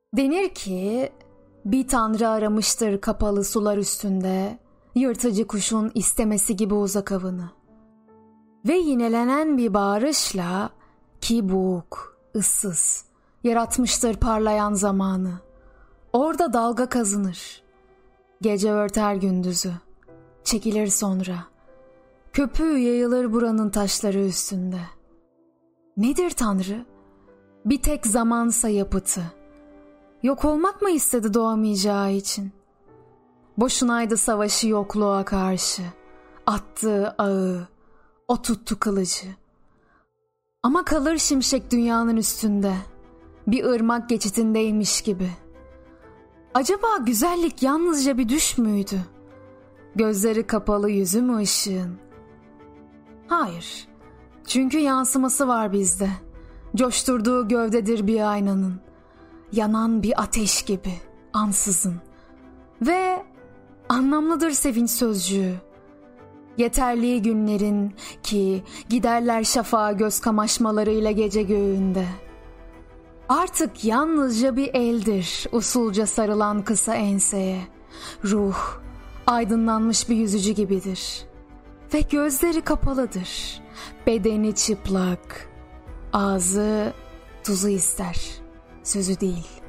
Denir ki bir tanrı aramıştır kapalı sular üstünde, yırtıcı kuşun istemesi gibi uzak avını. Ve yinelenen bir bağırışla ki boğuk, ıssız, yaratmıştır parlayan zamanı. Orada dalga kazınır, gece örter gündüzü, çekilir sonra. Köpüğü yayılır buranın taşları üstünde. Nedir Tanrı? Bir tek zamansa yapıtı. Yok olmak mı istedi doğamayacağı için? Boşunaydı savaşı yokluğa karşı. Attığı ağı, o tuttu kılıcı. Ama kalır şimşek dünyanın üstünde. Bir ırmak geçitindeymiş gibi. Acaba güzellik yalnızca bir düş müydü? Gözleri kapalı yüzü mü ışığın? Hayır. Çünkü yansıması var bizde. Coşturduğu gövdedir bir aynanın. Yanan bir ateş gibi, ansızın. Ve anlamlıdır sevinç sözcüğü. Yeterli günlerin ki giderler şafağa göz kamaşmalarıyla gece göğünde. Artık yalnızca bir eldir usulca sarılan kısa enseye. Ruh aydınlanmış bir yüzücü gibidir. Ve gözleri kapalıdır. Bedeni çıplak. Ağzı tuzu ister, sözü değil.